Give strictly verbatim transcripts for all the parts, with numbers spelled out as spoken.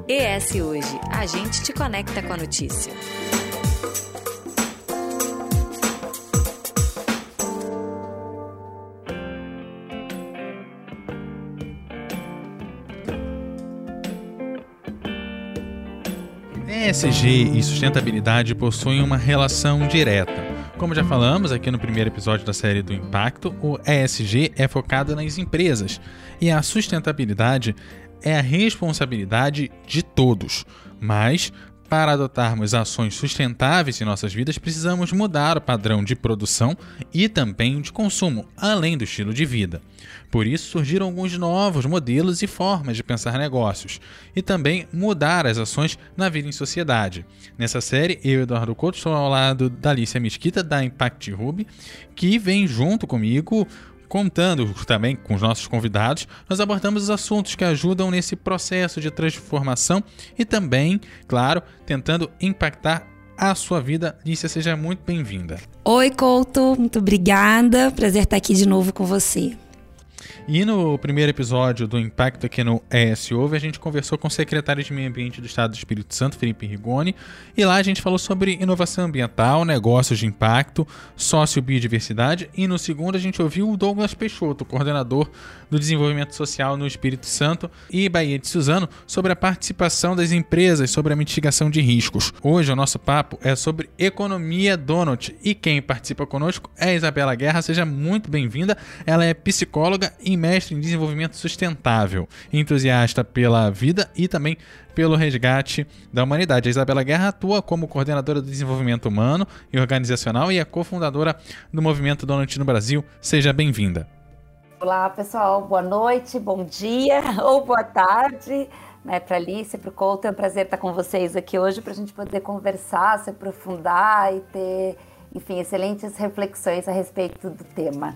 E S Hoje, a gente te conecta com a notícia. E S G e sustentabilidade possuem uma relação direta. Como já falamos aqui no primeiro episódio da série do Impacto, o E S G é focado nas empresas e a sustentabilidade é a responsabilidade de todos. Mas, para adotarmos ações sustentáveis em nossas vidas, precisamos mudar o padrão de produção e também de consumo, além do estilo de vida. Por isso, surgiram alguns novos modelos e formas de pensar negócios e também mudar as ações na vida em sociedade. Nessa série, eu, Eduardo Couto, estou ao lado da Alicia Mesquita, da Impact Hub, que vem junto comigo contando também com os nossos convidados. Nós abordamos os assuntos que ajudam nesse processo de transformação e também, claro, tentando impactar a sua vida. Lícia, seja muito bem-vinda. Oi, Couto, muito obrigada. Prazer estar aqui de novo com você. E no primeiro episódio do Impacto aqui no E S Ouve, a gente conversou com o secretário de Meio Ambiente do Estado do Espírito Santo, Felipe Rigoni, e lá a gente falou sobre inovação ambiental, negócios de impacto, sócio-biodiversidade, e no segundo a gente ouviu o Douglas Peixoto, coordenador do Desenvolvimento Social no Espírito Santo e Baía de Suzano, sobre a participação das empresas sobre a mitigação de riscos. Hoje o nosso papo é sobre economia donut, e quem participa conosco é a Isabela Guerra. Seja muito bem-vinda. Ela é psicóloga e mestre em desenvolvimento sustentável, entusiasta pela vida e também pelo resgate da humanidade. A Isabela Guerra atua como coordenadora do desenvolvimento humano e organizacional e é cofundadora do Movimento Donut no Brasil. Seja bem-vinda. Olá, pessoal. Boa noite, bom dia ou boa tarde. Né, para a Alice, para o Couto, é um prazer estar com vocês aqui hoje para a gente poder conversar, se aprofundar e ter, enfim, excelentes reflexões a respeito do tema.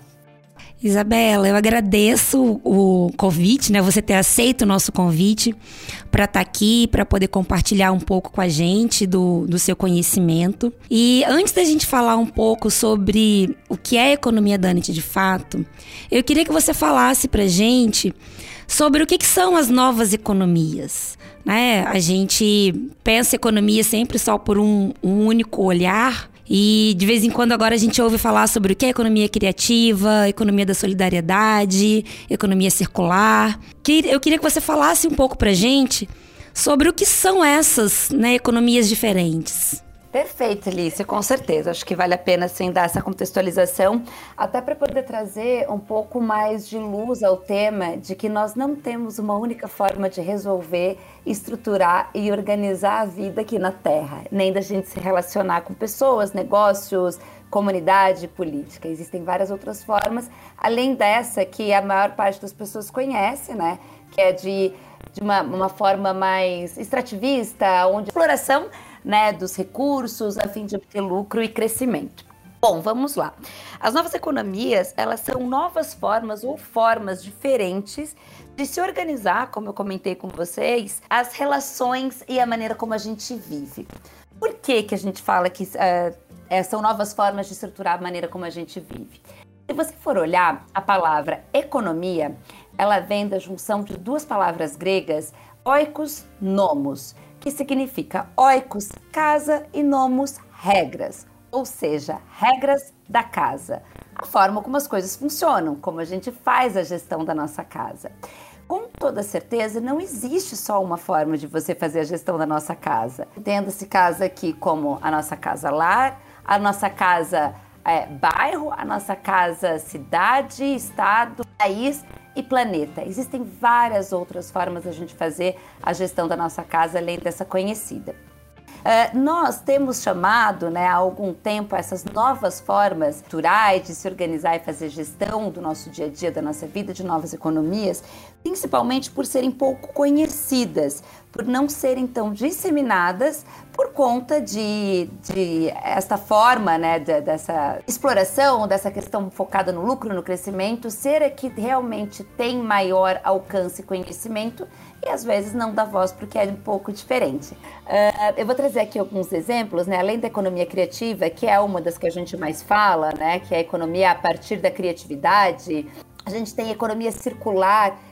Isabela, eu agradeço o convite, né? Você ter aceito o nosso convite para estar aqui, para poder compartilhar um pouco com a gente do, do seu conhecimento. E antes da gente falar um pouco sobre o que é economia donut de fato, eu queria que você falasse para a gente sobre o que, que são as novas economias. Né? A gente pensa economia sempre só por um, um único olhar. E de vez em quando agora a gente ouve falar sobre o que é economia criativa, economia da solidariedade, economia circular. Eu queria que você falasse um pouco pra gente sobre o que são essas, né, economias diferentes. Perfeito, Alice, com certeza. Acho que vale a pena sim dar essa contextualização, até para poder trazer um pouco mais de luz ao tema de que nós não temos uma única forma de resolver, estruturar e organizar a vida aqui na Terra, nem da gente se relacionar com pessoas, negócios, comunidade, política. Existem várias outras formas, além dessa que a maior parte das pessoas conhece, né? Que é de, de uma, uma forma mais extrativista, onde a exploração, né, dos recursos a fim de obter lucro e crescimento. Bom, vamos lá. As novas economias, elas são novas formas ou formas diferentes de se organizar, como eu comentei com vocês, as relações e a maneira como a gente vive. Por que que a gente fala que uh, são novas formas de estruturar a maneira como a gente vive? Se você for olhar a palavra economia, ela vem da junção de duas palavras gregas, oikos, nomos, que significa oikos, casa, e nomos, regras, ou seja, regras da casa. A forma como as coisas funcionam, como a gente faz a gestão da nossa casa. Com toda certeza, não existe só uma forma de você fazer a gestão da nossa casa. Entenda-se casa aqui como a nossa casa lar, a nossa casa é, bairro, a nossa casa cidade, estado, país e planeta. Existem várias outras formas de a gente fazer a gestão da nossa casa, além dessa conhecida. Uh, nós temos chamado, né, há algum tempo essas novas formas culturais de se organizar e fazer gestão do nosso dia a dia, da nossa vida, de novas economias, principalmente por serem pouco conhecidas, por não serem tão disseminadas por conta de, de esta forma, né, de, dessa exploração, dessa questão focada no lucro, no crescimento, ser a que realmente tem maior alcance e conhecimento e às vezes não dá voz porque é um pouco diferente. Uh, eu vou trazer aqui alguns exemplos, né, além da economia criativa, que é uma das que a gente mais fala, né, que é a economia a partir da criatividade. A gente tem economia circular,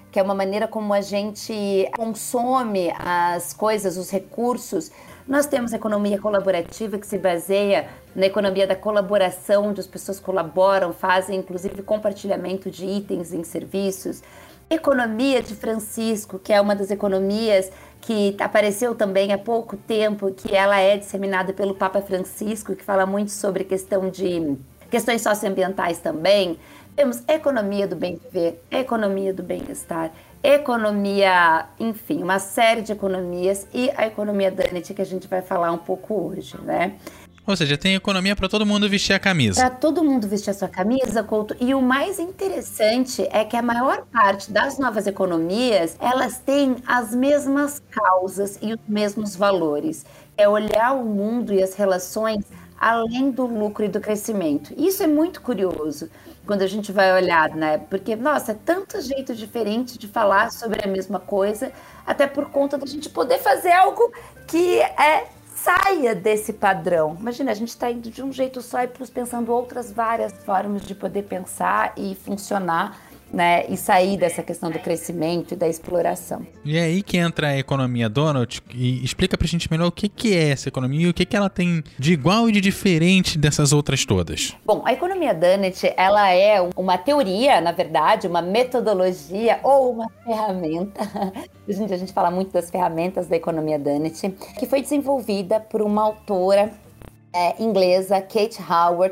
que é uma maneira como a gente consome as coisas, os recursos. Nós temos a economia colaborativa, que se baseia na economia da colaboração, onde as pessoas colaboram, fazem inclusive compartilhamento de itens em serviços. Economia de Francisco, que é uma das economias que apareceu também há pouco tempo, que ela é disseminada pelo Papa Francisco, que fala muito sobre questão de questões socioambientais também. Temos economia do bem viver, economia do bem-estar, economia, enfim, uma série de economias, e a economia Dunnett, que a gente vai falar um pouco hoje, né? Ou seja, tem economia para todo mundo vestir a camisa. Para todo mundo vestir a sua camisa, Couto. E o mais interessante é que a maior parte das novas economias, elas têm as mesmas causas e os mesmos valores. É olhar o mundo e as relações além do lucro e do crescimento. Isso é muito curioso quando a gente vai olhar, né? Porque, nossa, é tanto jeito diferente de falar sobre a mesma coisa, até por conta da gente poder fazer algo que é saia desse padrão. Imagina, a gente está indo de um jeito só e pensando outras várias formas de poder pensar e funcionar, né, e sair dessa questão do crescimento e da exploração. E é aí que entra a economia Donald, e explica pra gente melhor o que, que é essa economia e o que, que ela tem de igual e de diferente dessas outras todas. Bom, a economia Dunnett, ela é uma teoria, na verdade, uma metodologia ou uma ferramenta. Hoje em dia a gente fala muito das ferramentas da economia Dunnett, que foi desenvolvida por uma autora é, inglesa, Kate Raworth.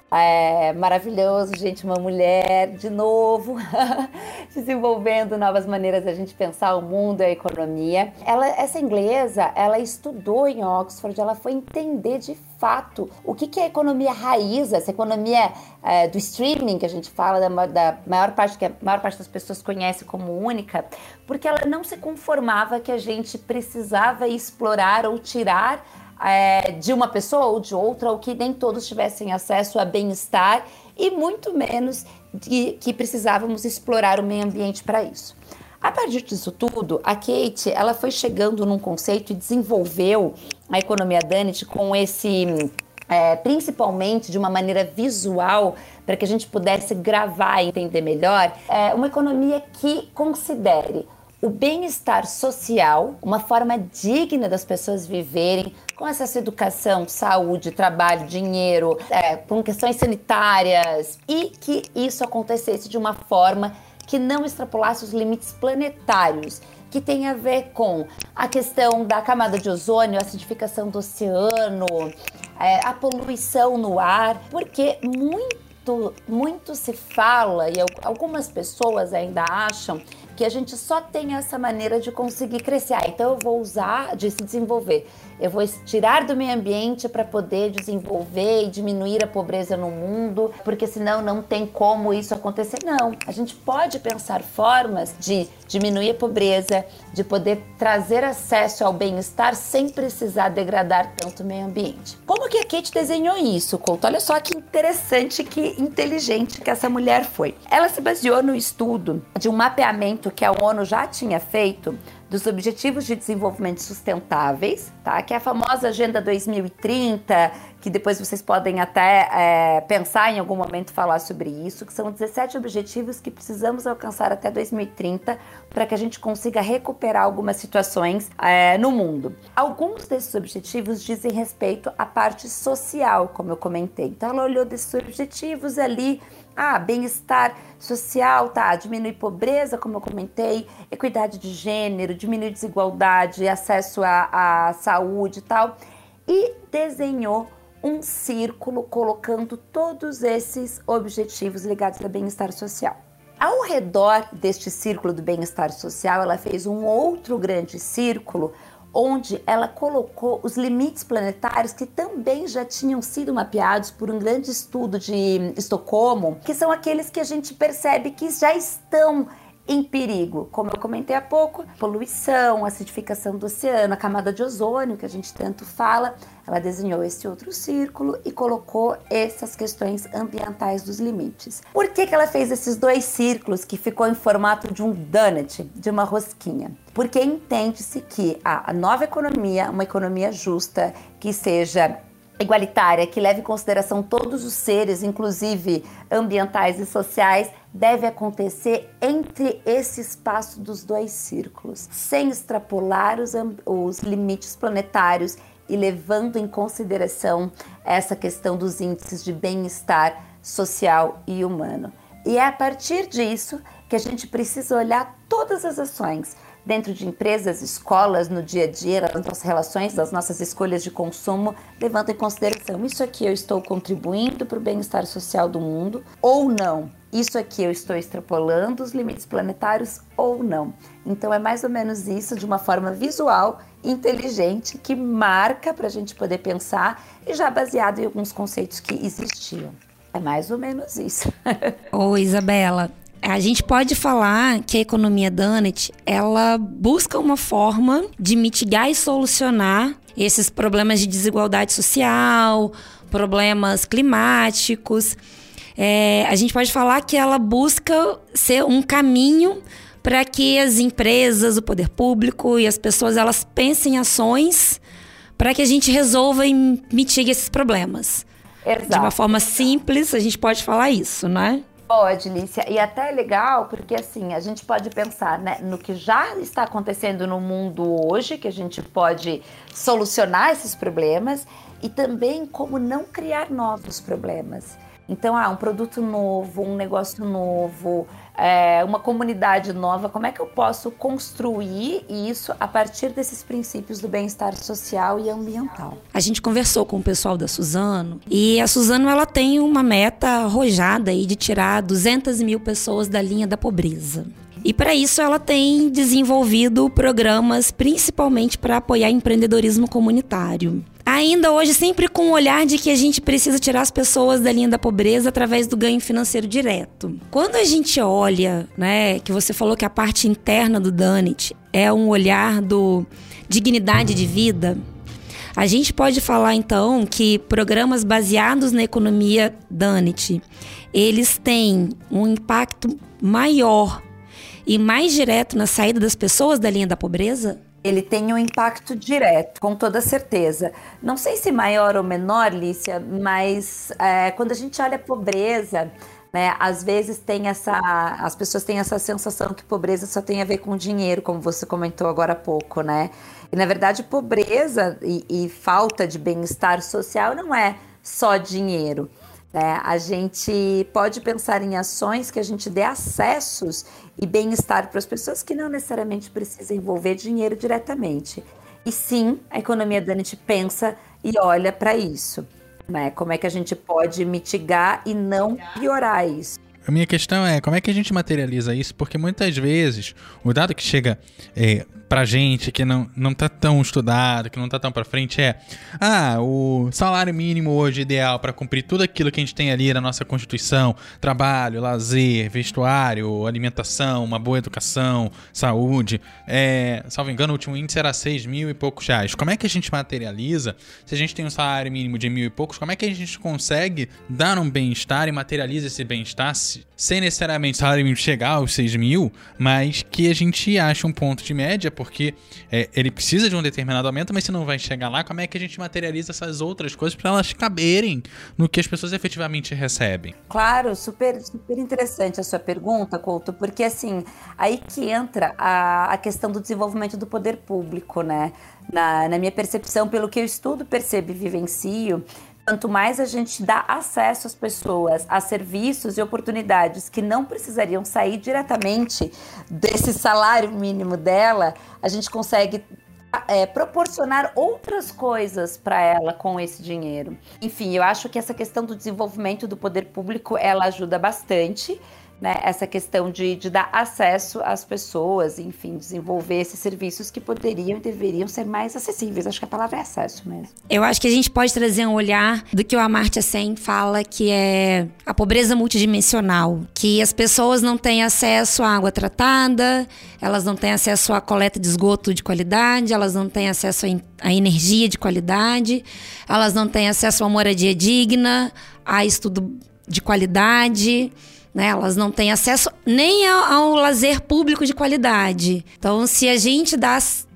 É maravilhoso, gente, uma mulher, de novo, desenvolvendo novas maneiras da gente pensar o mundo e a economia. Ela, essa inglesa, ela estudou em Oxford, ela foi entender de fato o que, que é a economia raiz, essa economia é, do streaming que a gente fala, da, da maior parte que a maior parte das pessoas conhece como única, porque ela não se conformava que a gente precisava explorar ou tirar É, de uma pessoa ou de outra, ou que nem todos tivessem acesso a bem-estar, e muito menos de, que precisávamos explorar o meio ambiente para isso. A partir disso tudo, a Kate, ela foi chegando num conceito e desenvolveu a economia Dunnett com esse, é, principalmente de uma maneira visual, para que a gente pudesse gravar e entender melhor, é, uma economia que considere o bem-estar social, uma forma digna das pessoas viverem, com acesso à educação, saúde, trabalho, dinheiro, é, com questões sanitárias, e que isso acontecesse de uma forma que não extrapolasse os limites planetários, que tem a ver com a questão da camada de ozônio, a acidificação do oceano, é, a poluição no ar, porque muito, muito se fala, e algumas pessoas ainda acham que a gente só tem essa maneira de conseguir crescer. Ah, então eu vou usar, de se desenvolver. Eu vou tirar do meio ambiente para poder desenvolver e diminuir a pobreza no mundo, porque senão não tem como isso acontecer. Não, a gente pode pensar formas de diminuir a pobreza, de poder trazer acesso ao bem-estar sem precisar degradar tanto o meio ambiente. Como que a Kate desenhou isso, Couto? Olha só que interessante, que inteligente que essa mulher foi. Ela se baseou no estudo de um mapeamento que a ONU já tinha feito dos Objetivos de Desenvolvimento Sustentáveis, tá? Que é a famosa Agenda dois mil e trinta, que depois vocês podem até é, pensar em algum momento falar sobre isso, que são dezessete objetivos que precisamos alcançar até dois mil e trinta para que a gente consiga recuperar algumas situações é, no mundo. Alguns desses objetivos dizem respeito à parte social, como eu comentei. Então ela olhou desses objetivos ali, ah, bem-estar social, tá, diminuir pobreza, como eu comentei, equidade de gênero, diminuir desigualdade, acesso à, à saúde e tal, e desenhou um círculo colocando todos esses objetivos ligados ao bem-estar social. Ao redor deste círculo do bem-estar social, ela fez um outro grande círculo onde ela colocou os limites planetários que também já tinham sido mapeados por um grande estudo de Estocolmo, que são aqueles que a gente percebe que já estão em perigo, como eu comentei há pouco, poluição, acidificação do oceano, a camada de ozônio que a gente tanto fala. Ela desenhou esse outro círculo e colocou essas questões ambientais dos limites. Por que que ela fez esses dois círculos que ficou em formato de um donut, de uma rosquinha? Porque entende-se que a nova economia, uma economia justa, que seja igualitária, que leve em consideração todos os seres, inclusive ambientais e sociais, deve acontecer entre esse espaço dos dois círculos, sem extrapolar os, os limites planetários e levando em consideração essa questão dos índices de bem-estar social e humano. E é a partir disso que a gente precisa olhar todas as ações dentro de empresas, escolas, no dia a dia, nas nossas relações, das nossas escolhas de consumo, levando em consideração: isso aqui eu estou contribuindo para o bem-estar social do mundo ou não? Isso aqui eu estou extrapolando os limites planetários ou não? Então é mais ou menos isso, de uma forma visual, inteligente, que marca para a gente poder pensar e já baseado em alguns conceitos que existiam. É mais ou menos isso. Ô, Isabela, a gente pode falar que a economia Dunnett, ela busca uma forma de mitigar e solucionar esses problemas de desigualdade social, problemas climáticos. É, a gente pode falar que ela busca ser um caminho para que as empresas, o poder público e as pessoas, elas pensem em ações para que a gente resolva e mitigue esses problemas. Exato. De uma forma simples, a gente pode falar isso, né? Pode, Lícia. E até é legal, porque assim, a gente pode pensar, né, no que já está acontecendo no mundo hoje, que a gente pode solucionar esses problemas, e também como não criar novos problemas. Então, ah, um produto novo, um negócio novo, é, uma comunidade nova, como é que eu posso construir isso a partir desses princípios do bem-estar social e ambiental? A gente conversou com o pessoal da Suzano, e a Suzano, ela tem uma meta arrojada aí de tirar duzentas mil pessoas da linha da pobreza. E para isso ela tem desenvolvido programas principalmente para apoiar empreendedorismo comunitário. Ainda hoje, sempre com o olhar de que a gente precisa tirar as pessoas da linha da pobreza através do ganho financeiro direto. Quando a gente olha, né, que você falou que a parte interna do Dunnett é um olhar do dignidade de vida, a gente pode falar então que programas baseados na economia Dunnett, eles têm um impacto maior e mais direto na saída das pessoas da linha da pobreza? Ele tem um impacto direto, com toda certeza. Não sei se maior ou menor, Lícia, mas é, quando a gente olha a pobreza, né, às vezes tem essa, as pessoas têm essa sensação que pobreza só tem a ver com dinheiro, como você comentou agora há pouco, né? E na verdade, pobreza e, e falta de bem-estar social não é só dinheiro. É, a gente pode pensar em ações que a gente dê acessos e bem-estar para as pessoas que não necessariamente precisam envolver dinheiro diretamente. E sim, a economia Dunnett pensa e olha para isso, né? Como é que a gente pode mitigar e não piorar isso? A minha questão é, como é que a gente materializa isso? Porque muitas vezes o dado que chega é, pra gente, que não, não tá tão estudado, que não tá tão pra frente, é ah, o salário mínimo hoje ideal para cumprir tudo aquilo que a gente tem ali na nossa Constituição: trabalho, lazer, vestuário, alimentação, uma boa educação, saúde. É, salvo engano, o último índice era seis mil e poucos reais. Como é que a gente materializa? Se a gente tem um salário mínimo de mil e poucos, como é que a gente consegue dar um bem-estar e materializa esse bem-estar sem necessariamente o salário mínimo chegar aos seis mil, mas que a gente ache um ponto de média, porque é, ele precisa de um determinado aumento, mas se não vai chegar lá, como é que a gente materializa essas outras coisas para elas caberem no que as pessoas efetivamente recebem? Claro, super, super interessante a sua pergunta, Couto, porque assim, aí que entra a, a questão do desenvolvimento do poder público, né? Na, na minha percepção, pelo que eu estudo, percebo e vivencio, quanto mais a gente dá acesso às pessoas a serviços e oportunidades que não precisariam sair diretamente desse salário mínimo dela, a gente consegue é, proporcionar outras coisas para ela com esse dinheiro. Enfim, eu acho que essa questão do desenvolvimento do poder público, ela ajuda bastante, né? Essa questão de, de dar acesso às pessoas, enfim, desenvolver esses serviços que poderiam e deveriam ser mais acessíveis. Acho que a palavra é acesso mesmo. Eu acho que a gente pode trazer um olhar do que o Amartya Sen fala, que é a pobreza multidimensional, que as pessoas não têm acesso à água tratada, elas não têm acesso à coleta de esgoto de qualidade, elas não têm acesso à energia de qualidade, elas não têm acesso a uma moradia digna, a estudo de qualidade, né? Elas não têm acesso nem ao, ao lazer público de qualidade. Então, se a gente dá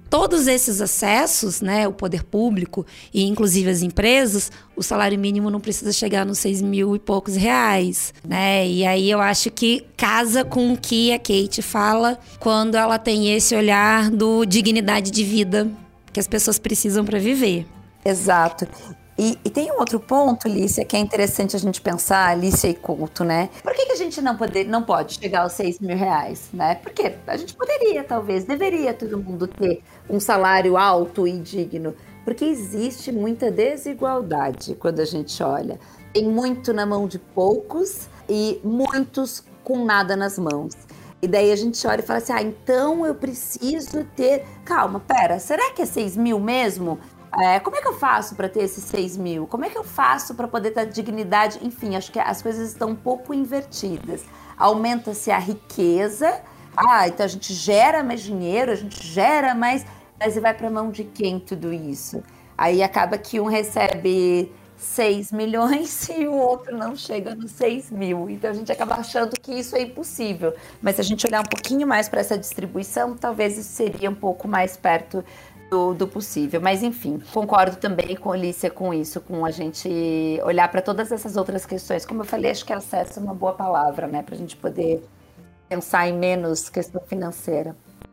todos esses acessos, né, o poder público e inclusive as empresas, o salário mínimo não precisa chegar nos seis mil e poucos reais, né? E aí eu acho que casa com o que a Kate fala quando ela tem esse olhar do dignidade de vida que as pessoas precisam para viver. Exato. E, e tem um outro ponto, Lícia, que é interessante a gente pensar, Lícia e Couto, né? Por que, que a gente não, poder, não pode chegar aos seis mil reais, né? Porque a gente poderia, talvez, deveria todo mundo ter um salário alto e digno. Porque existe muita desigualdade quando a gente olha. Tem muito na mão de poucos e muitos com nada nas mãos. E daí a gente olha e fala assim, ah, então eu preciso ter... Calma, pera, será que é seis mil mesmo? É, como é que eu faço para ter esses seis mil? Como é que eu faço para poder ter dignidade? Enfim, acho que as coisas estão um pouco invertidas. Aumenta-se a riqueza, ah, então a gente gera mais dinheiro, a gente gera mais, mas vai para a mão de quem tudo isso? Aí acaba que um recebe seis milhões e o outro não chega nos seis mil. Então a gente acaba achando que isso é impossível. Mas se a gente olhar um pouquinho mais para essa distribuição, talvez isso seria um pouco mais perto Do, do possível, mas enfim, concordo também com a Alicia com isso, com a gente olhar para todas essas outras questões. Como eu falei, acho que acesso é uma boa palavra, né, para a gente poder pensar em menos questão financeira.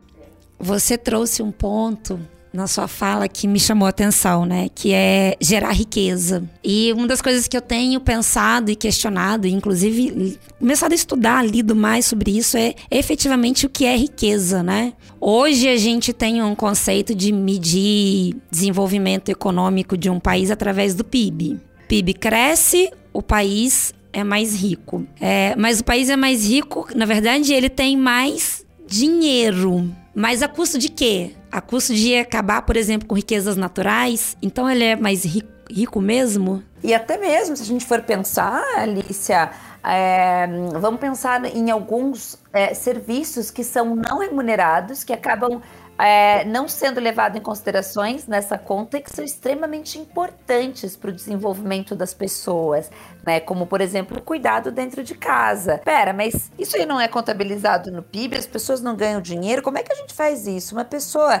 Você trouxe um ponto na sua fala que me chamou a atenção, né? Que é gerar riqueza. E uma das coisas que eu tenho pensado e questionado, e inclusive começado a estudar, lido mais sobre isso, é efetivamente o que é riqueza, né? Hoje a gente tem um conceito de medir desenvolvimento econômico de um país através do P I B. O P I B cresce, o país é mais rico. É, mas o país é mais rico, na verdade, ele tem mais dinheiro. Mas a custo de quê? A custo de acabar, por exemplo, com riquezas naturais? Então ele é mais rico, rico mesmo? E até mesmo, se a gente for pensar, Alicia, é, vamos pensar em alguns é, serviços que são não remunerados, que acabam é, não sendo levados em considerações nessa conta e que são extremamente importantes para o desenvolvimento das pessoas, né? Como, por exemplo, o cuidado dentro de casa. Pera, mas isso aí não é contabilizado no P I B? As pessoas não ganham dinheiro? Como é que a gente faz isso? Uma pessoa,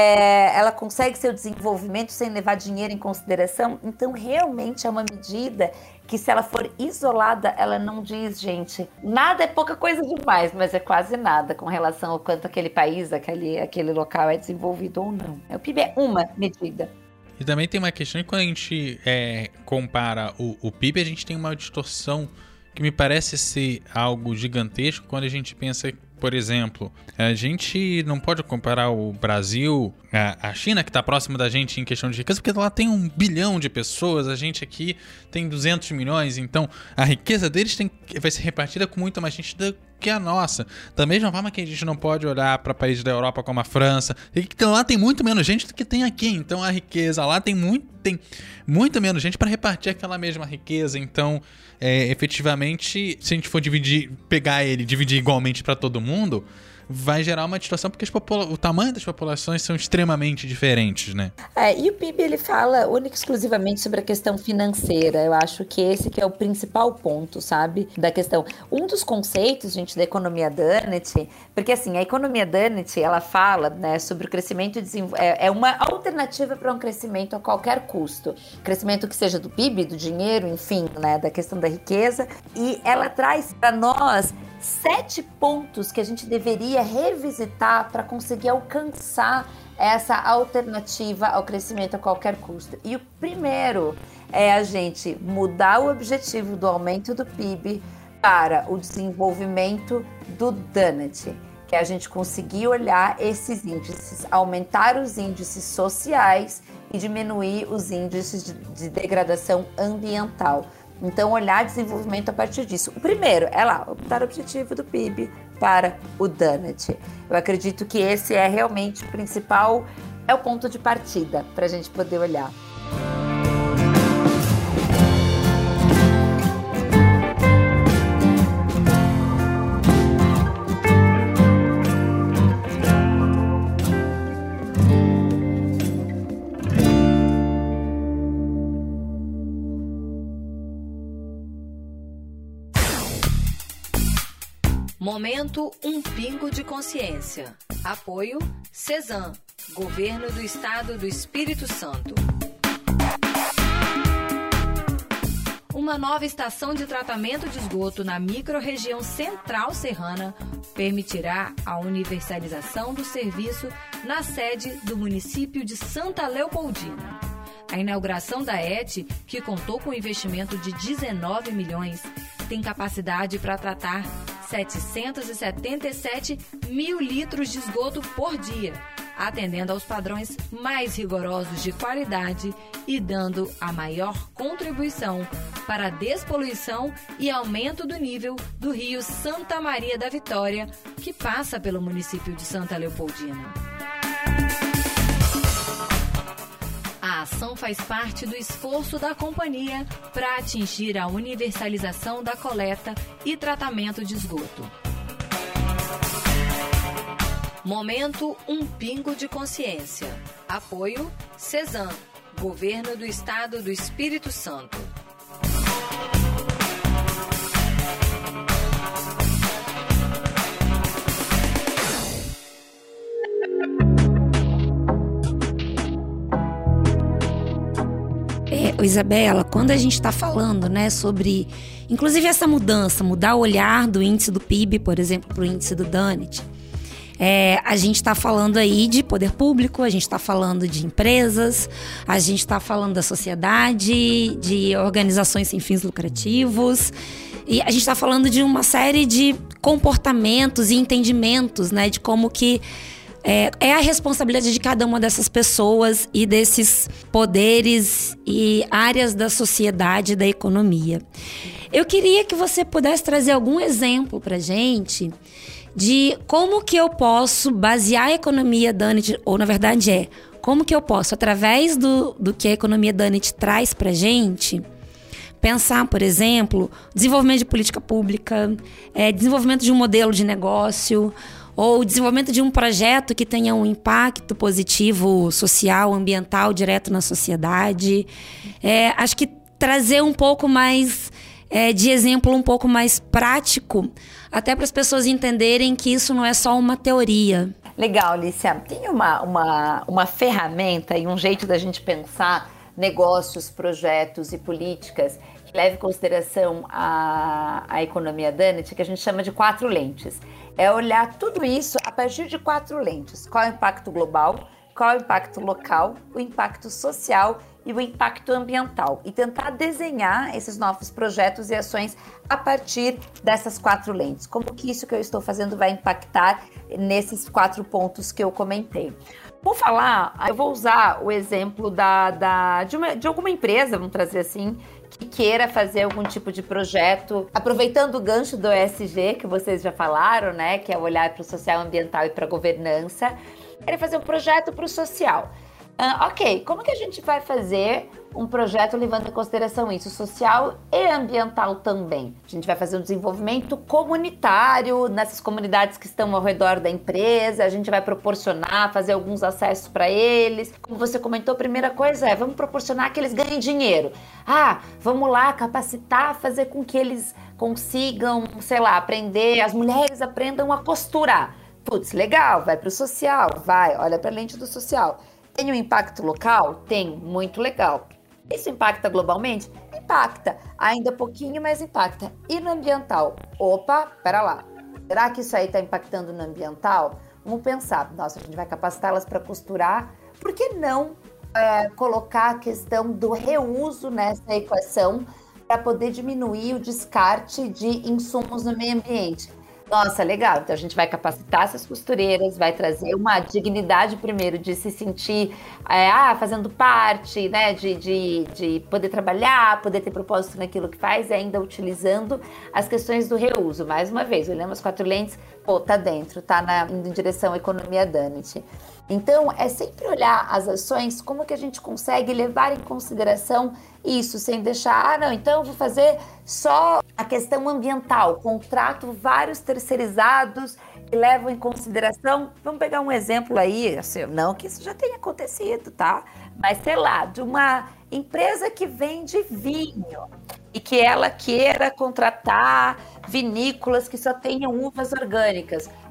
é, ela consegue seu desenvolvimento sem levar dinheiro em consideração? Então, realmente é uma medida que, se ela for isolada, ela não diz, gente, nada é pouca coisa demais, mas é quase nada com relação ao quanto aquele país, aquele, aquele local é desenvolvido ou não. O P I B é uma medida. E também tem uma questão que, quando a gente é, compara o, o P I B, a gente tem uma distorção que me parece ser algo gigantesco quando a gente pensa, por exemplo, a gente não pode comparar o Brasil, a, a China, que está próxima da gente em questão de riqueza, porque lá tem um bilhão de pessoas, a gente aqui tem duzentos milhões, então a riqueza deles tem, vai ser repartida com muito mais gente do que a nossa. Da mesma forma que a gente não pode olhar para países da Europa como a França, e que lá tem muito menos gente do que tem aqui, então a riqueza lá tem muito, tem muito menos gente para repartir aquela mesma riqueza. Então, é, efetivamente, se a gente for dividir, pegar ele e dividir igualmente para todo mundo, vai gerar uma distorção, porque as popula- o tamanho das populações são extremamente diferentes, né? É, e o P I B, ele fala única e exclusivamente sobre a questão financeira. Eu acho que esse que é o principal ponto, sabe? Da questão. Um dos conceitos, gente, da economia Dunnett, porque assim, a economia Dunnett, ela fala, né, sobre o crescimento e desenvolvimento, é, é uma alternativa para um crescimento a qualquer custo. Crescimento que seja do P I B, do dinheiro, enfim, né, da questão da riqueza. E ela traz para nós sete pontos que a gente deveria revisitar para conseguir alcançar essa alternativa ao crescimento a qualquer custo. E o primeiro é a gente mudar o objetivo do aumento do P I B para o desenvolvimento do Dunnett, que é a gente conseguir olhar esses índices, aumentar os índices sociais e diminuir os índices de, de degradação ambiental. Então, olhar desenvolvimento a partir disso. O primeiro é lá, optar o objetivo do P I B para o Dunnett. Eu acredito que esse é realmente o principal, é o ponto de partida para a gente poder olhar. Momento Um Pingo de Consciência. Apoio Cezam. Governo do Estado do Espírito Santo. Uma nova estação de tratamento de esgoto na microrregião central serrana permitirá a universalização do serviço na sede do município de Santa Leopoldina. A inauguração da E T, que contou com um investimento de dezenove milhões, tem capacidade para tratar setecentos e setenta e sete mil litros de esgoto por dia, atendendo aos padrões mais rigorosos de qualidade e dando a maior contribuição para a despoluição e aumento do nível do rio Santa Maria da Vitória, que passa pelo município de Santa Leopoldina. A ação faz parte do esforço da companhia para atingir a universalização da coleta e tratamento de esgoto. Momento Um Pingo de Consciência. Apoio CESAM, Governo do Estado do Espírito Santo. É, Isabela, quando a gente está falando, né, sobre, inclusive essa mudança, mudar o olhar do índice do P I B, por exemplo, para o índice do Dunnett, é, a gente está falando aí de poder público, a gente está falando de empresas, a gente está falando da sociedade, de organizações sem fins lucrativos, e a gente está falando de uma série de comportamentos e entendimentos, né, de como que É, é a responsabilidade de cada uma dessas pessoas e desses poderes e áreas da sociedade e da economia. Eu queria que você pudesse trazer algum exemplo pra gente de como que eu posso basear a economia Dunnett, ou na verdade é, como que eu posso, através do, do que a economia Dunnett traz pra gente, pensar, por exemplo, desenvolvimento de política pública, é, desenvolvimento de um modelo de negócio, ou o desenvolvimento de um projeto que tenha um impacto positivo social, ambiental, direto na sociedade. É, acho que trazer um pouco mais é, de exemplo, um pouco mais prático, até para as pessoas entenderem que isso não é só uma teoria. Legal, Lícia. Tem uma, uma, uma ferramenta e um jeito da gente pensar negócios, projetos e políticas que leve em consideração a, a economia Dunnett, que a gente chama de quatro lentes. É olhar tudo isso a partir de quatro lentes. Qual é o impacto global, qual é o impacto local, o impacto social e o impacto ambiental. E tentar desenhar esses novos projetos e ações a partir dessas quatro lentes. Como que isso que eu estou fazendo vai impactar nesses quatro pontos que eu comentei. Por falar, eu vou usar o exemplo da, da, de, uma, de alguma empresa, vamos trazer assim, que queira fazer algum tipo de projeto, aproveitando o gancho do E S G, que vocês já falaram, né, que é o olhar para o social, ambiental e para a governança, querer fazer um projeto para o social. Uh, ok, como que a gente vai fazer um projeto levando em consideração isso, social e ambiental também? A gente vai fazer um desenvolvimento comunitário nessas comunidades que estão ao redor da empresa, a gente vai proporcionar, fazer alguns acessos para eles. Como você comentou, a primeira coisa é, vamos proporcionar que eles ganhem dinheiro. Ah, vamos lá capacitar, fazer com que eles consigam, sei lá, aprender, as mulheres aprendam a costurar. Putz, legal, vai para o social, vai, olha para a lente do social. Tem um impacto local? Tem, muito legal. Isso impacta globalmente? Impacta, ainda pouquinho, mas impacta. E no ambiental? Opa, pera lá. Será que isso aí está impactando no ambiental? Vamos pensar, nossa, a gente vai capacitá-las para costurar. Por que não é, colocar a questão do reuso nessa equação para poder diminuir o descarte de insumos no meio ambiente? Nossa, legal. Então a gente vai capacitar essas costureiras, vai trazer uma dignidade primeiro de se sentir é, ah, fazendo parte, né, de, de, de poder trabalhar, poder ter propósito naquilo que faz e ainda utilizando as questões do reuso. Mais uma vez, olhando as quatro lentes, pô, tá dentro, tá na, indo em direção à economia Dunnett. Então, é sempre olhar as ações, como que a gente consegue levar em consideração isso, sem deixar, ah, não, então eu vou fazer só a questão ambiental, contrato vários terceirizados que levam em consideração, vamos pegar um exemplo aí, assim, não que isso já tenha acontecido, tá? Mas, sei lá, de uma empresa que vende vinho e que ela queira contratar vinícolas que só tenham uvas orgânicas.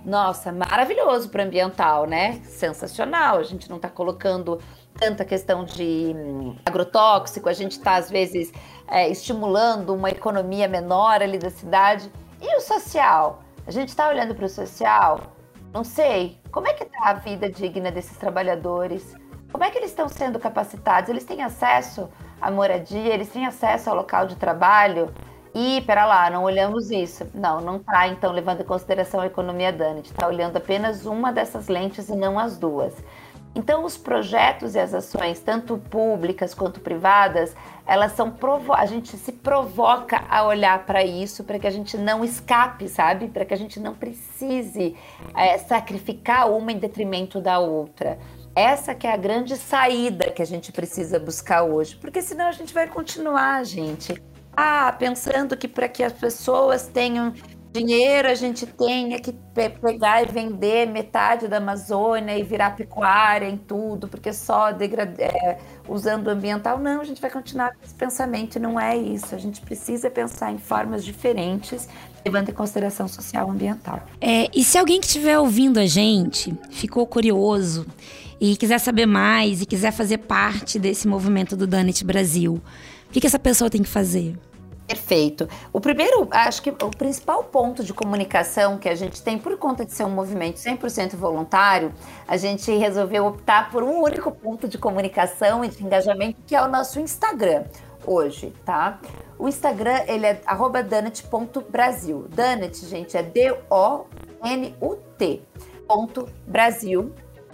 nossa, maravilhoso para o ambiental, né? Sensacional, a gente não está colocando tanta questão de hum, agrotóxico, a gente está, às vezes, é, estimulando uma economia menor ali da cidade. E o social? A gente está olhando para o social? Não sei. Como é que está a vida digna desses trabalhadores? Como é que eles estão sendo capacitados? Eles têm acesso à moradia? Eles têm acesso ao local de trabalho? E, pera lá, não olhamos isso. Não, não está, então, levando em consideração a economia Danit. Está olhando apenas uma dessas lentes e não as duas. Então, os projetos e as ações, tanto públicas quanto privadas, elas são provo- a gente se provoca a olhar para isso, para que a gente não escape, sabe? Para que a gente não precise é, sacrificar uma em detrimento da outra. Essa que é a grande saída que a gente precisa buscar hoje, porque senão a gente vai continuar, gente, ah, pensando que para que as pessoas tenham dinheiro, a gente tenha que pegar e vender metade da Amazônia e virar pecuária em tudo, porque só degrad... é, usando o ambiental. Não, a gente vai continuar com esse pensamento e não é isso. A gente precisa pensar em formas diferentes, levando em consideração social e ambiental. É, e se alguém que estiver ouvindo a gente ficou curioso e quiser saber mais e quiser fazer parte desse movimento do Danit Brasil, o que, que essa pessoa tem que fazer? Perfeito. O primeiro, acho que o principal ponto de comunicação que a gente tem, por conta de ser um movimento cem por cento voluntário, a gente resolveu optar por um único ponto de comunicação e de engajamento, que é o nosso Instagram hoje, tá? O Instagram, ele é arroba danit ponto brasil. Danit, gente, é D O N U T ponto Brasil.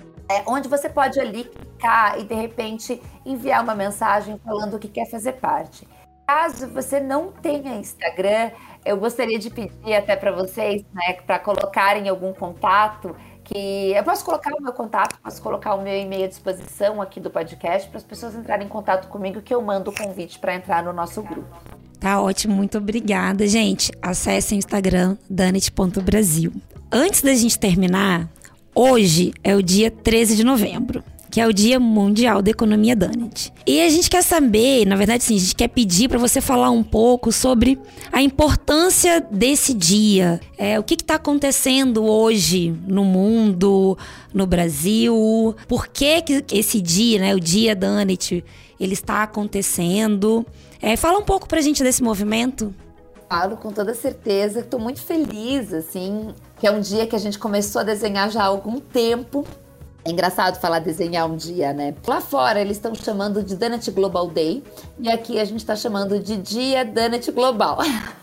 É onde você pode ali clicar e, de repente, enviar uma mensagem falando que quer fazer parte. Caso você não tenha Instagram, eu gostaria de pedir até para vocês, né, para colocarem algum contato, que eu posso colocar o meu contato, posso colocar o meu e-mail à disposição aqui do podcast para as pessoas entrarem em contato comigo, que eu mando o convite para entrar no nosso grupo. Tá ótimo, muito obrigada. Gente, acessem o Instagram danit ponto brasil. Antes da gente terminar, hoje é o dia treze de novembro. Que é o Dia Mundial da Economia Danit. E a gente quer saber, na verdade, sim, a gente quer pedir para você falar um pouco sobre a importância desse dia. É, o que está acontecendo hoje no mundo, no Brasil? Por que, que esse dia, né, o Dia Danit, ele está acontecendo? É, fala um pouco para a gente desse movimento. Falo com toda certeza, estou muito feliz, assim, que é um dia que a gente começou a desenhar já há algum tempo. É engraçado falar desenhar um dia, né? Lá fora eles estão chamando de Danit Global Day e aqui a gente está chamando de Dia Danit Global.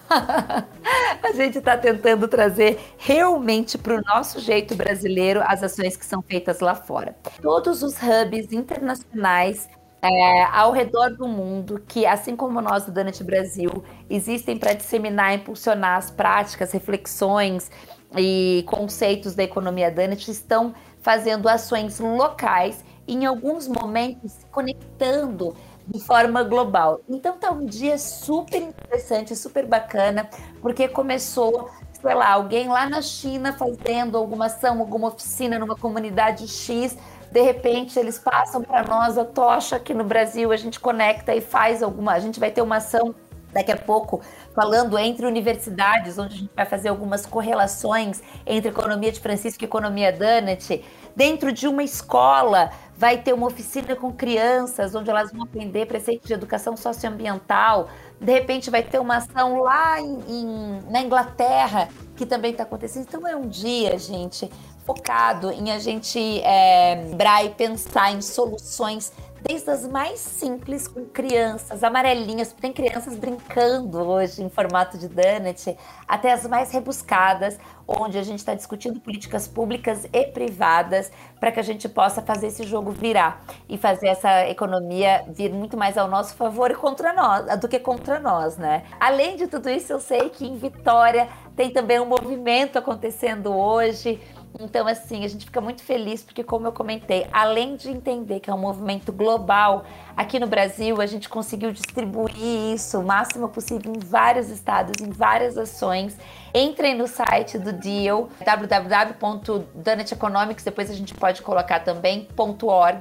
A gente está tentando trazer realmente para o nosso jeito brasileiro as ações que são feitas lá fora. Todos os hubs internacionais é, ao redor do mundo, que assim como nós do Danit Brasil, existem para disseminar e impulsionar as práticas, reflexões e conceitos da economia Danit, estão fazendo ações locais, em alguns momentos se conectando de forma global. Então tá um dia super interessante, super bacana, porque começou, sei lá, alguém lá na China fazendo alguma ação, alguma oficina numa comunidade X, de repente eles passam para nós a tocha aqui no Brasil, a gente conecta e faz alguma, a gente vai ter uma ação daqui a pouco, falando entre universidades, onde a gente vai fazer algumas correlações entre economia de Francisco e economia Danit. Dentro de uma escola, vai ter uma oficina com crianças, onde elas vão aprender preceitos de educação socioambiental. De repente, vai ter uma ação lá em, em, na Inglaterra, que também está acontecendo. Então, é um dia, gente, focado em a gente é, lembrar e pensar em soluções desde as mais simples, com crianças amarelinhas, tem crianças brincando hoje em formato de Danit, até as mais rebuscadas, onde a gente está discutindo políticas públicas e privadas para que a gente possa fazer esse jogo virar e fazer essa economia vir muito mais ao nosso favor e contra nós, do que contra nós, né? Além de tudo isso, eu sei que em Vitória tem também um movimento acontecendo hoje. Então, assim, a gente fica muito feliz porque, como eu comentei, além de entender que é um movimento global, aqui no Brasil a gente conseguiu distribuir isso o máximo possível em vários estados, em várias ações. Entrem no site do D E A L, w w w ponto danit economics, depois a gente pode colocar também, .org.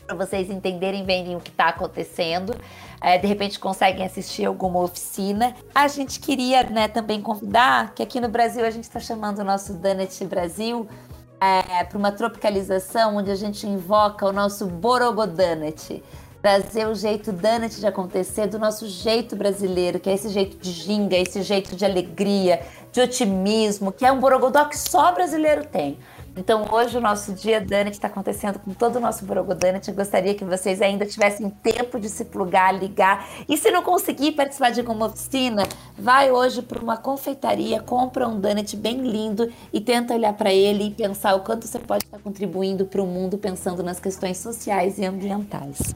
para vocês entenderem bem o que está acontecendo. É, de repente conseguem assistir alguma oficina. A gente queria, né, também convidar, que aqui no Brasil a gente está chamando o nosso Donut Brasil é, para uma tropicalização onde a gente invoca o nosso Borogodonut. Trazer o jeito donut de acontecer do nosso jeito brasileiro, que é esse jeito de ginga, esse jeito de alegria, de otimismo, que é um borogodó que só brasileiro tem. Então hoje o nosso dia donut está acontecendo com todo o nosso borogodonut. Eu gostaria que vocês ainda tivessem tempo de se plugar, ligar. E se não conseguir participar de alguma oficina, vai hoje para uma confeitaria, compra um donut bem lindo e tenta olhar para ele e pensar o quanto você pode estar contribuindo para o mundo pensando nas questões sociais e ambientais.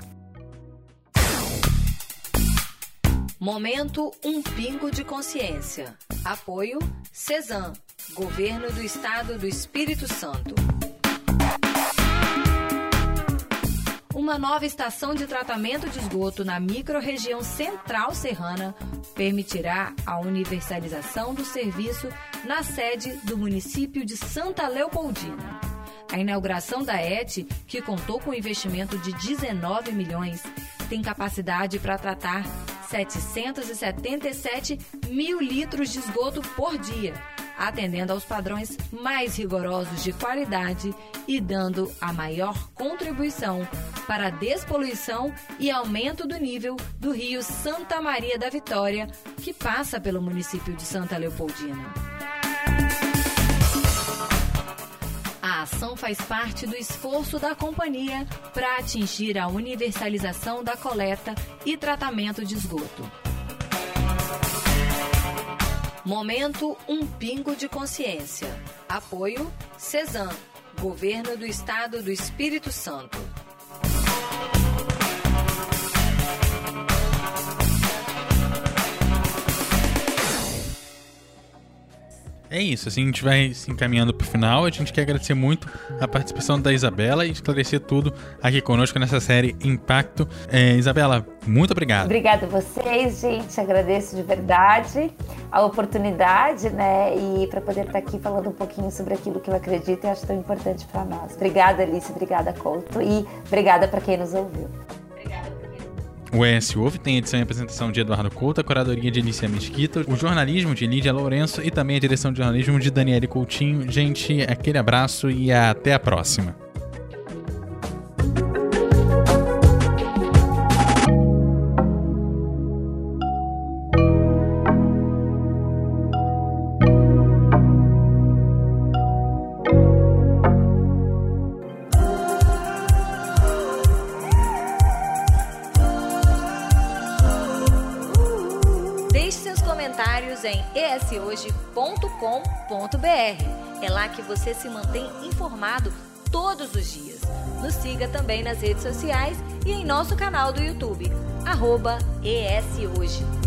Momento Um Pingo de Consciência. Apoio Cezam, Governo do Estado do Espírito Santo. Uma nova estação de tratamento de esgoto na microrregião central serrana permitirá a universalização do serviço na sede do município de Santa Leopoldina. A inauguração da E T, que contou com um investimento de dezenove milhões, tem capacidade para tratar setecentos e setenta e sete mil litros de esgoto por dia, atendendo aos padrões mais rigorosos de qualidade e dando a maior contribuição para a despoluição e aumento do nível do rio Santa Maria da Vitória, que passa pelo município de Santa Leopoldina. A ação faz parte do esforço da companhia para atingir a universalização da coleta e tratamento de esgoto. Momento Um Pingo de Consciência. Apoio Cezam, Governo do Estado do Espírito Santo. É isso, assim a gente vai se encaminhando para o final. A gente quer agradecer muito a participação da Isabela e esclarecer tudo aqui conosco nessa série Impacto. É, Isabela, muito obrigado. Obrigada a vocês, gente. Agradeço de verdade a oportunidade, né? E para poder estar aqui falando um pouquinho sobre aquilo que eu acredito e acho tão importante para nós. Obrigada, Alice. Obrigada, Couto. E obrigada para quem nos ouviu. O E S Ouve tem edição e apresentação de Eduardo Couto, a curadoria de Alicia Mesquita, o jornalismo de Lídia Lourenço e também a direção de jornalismo de Daniele Coutinho. Gente, aquele abraço e até a próxima. Em e s hoje ponto com ponto b r. É lá que você se mantém informado todos os dias. Nos siga também nas redes sociais e em nosso canal do YouTube, arroba E S Hoje.